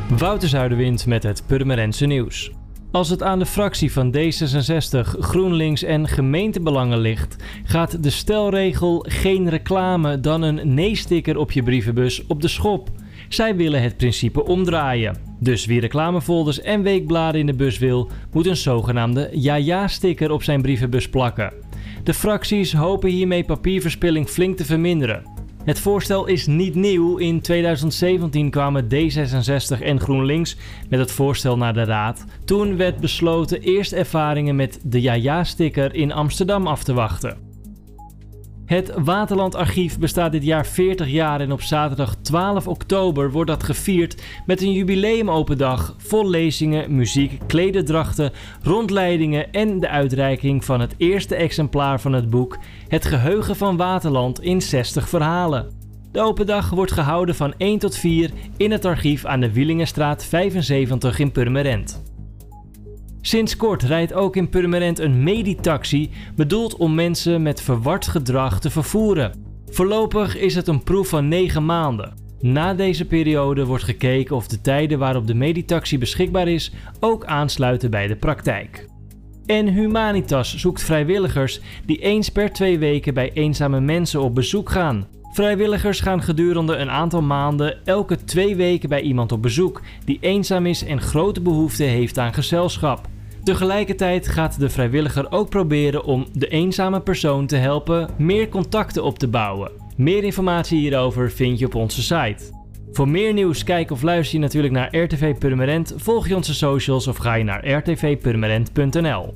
Wouter Zuiderwind met het Purmerendse nieuws. Als het aan de fractie van D66, GroenLinks en gemeentebelangen ligt, gaat de stelregel geen reclame dan een nee-sticker op je brievenbus op de schop. Zij willen het principe omdraaien. Dus wie reclamefolders en weekbladen in de bus wil, moet een zogenaamde ja-ja-sticker op zijn brievenbus plakken. De fracties hopen hiermee papierverspilling flink te verminderen. Het voorstel is niet nieuw. In 2017 kwamen D66 en GroenLinks met het voorstel naar de Raad. Toen werd besloten eerst ervaringen met de ja-ja-sticker in Amsterdam af te wachten. Het Waterland-archief bestaat dit jaar 40 jaar en op zaterdag 12 oktober wordt dat gevierd met een jubileumopen dag vol lezingen, muziek, klederdrachten, rondleidingen en de uitreiking van het eerste exemplaar van het boek Het Geheugen van Waterland in 60 verhalen. De open dag wordt gehouden van 1 tot 4 in het archief aan de Wielingenstraat 75 in Purmerend. Sinds kort rijdt ook in Purmerend een meditaxi, bedoeld om mensen met verward gedrag te vervoeren. Voorlopig is het een proef van 9 maanden. Na deze periode wordt gekeken of de tijden waarop de meditaxi beschikbaar is ook aansluiten bij de praktijk. En Humanitas zoekt vrijwilligers die eens per 2 weken bij eenzame mensen op bezoek gaan. Vrijwilligers gaan gedurende een aantal maanden elke 2 weken bij iemand op bezoek die eenzaam is en grote behoefte heeft aan gezelschap. Tegelijkertijd gaat de vrijwilliger ook proberen om de eenzame persoon te helpen meer contacten op te bouwen. Meer informatie hierover vind je op onze site. Voor meer nieuws kijk of luister je natuurlijk naar RTV Purmerend, volg je onze socials of ga je naar rtvpurmerend.nl.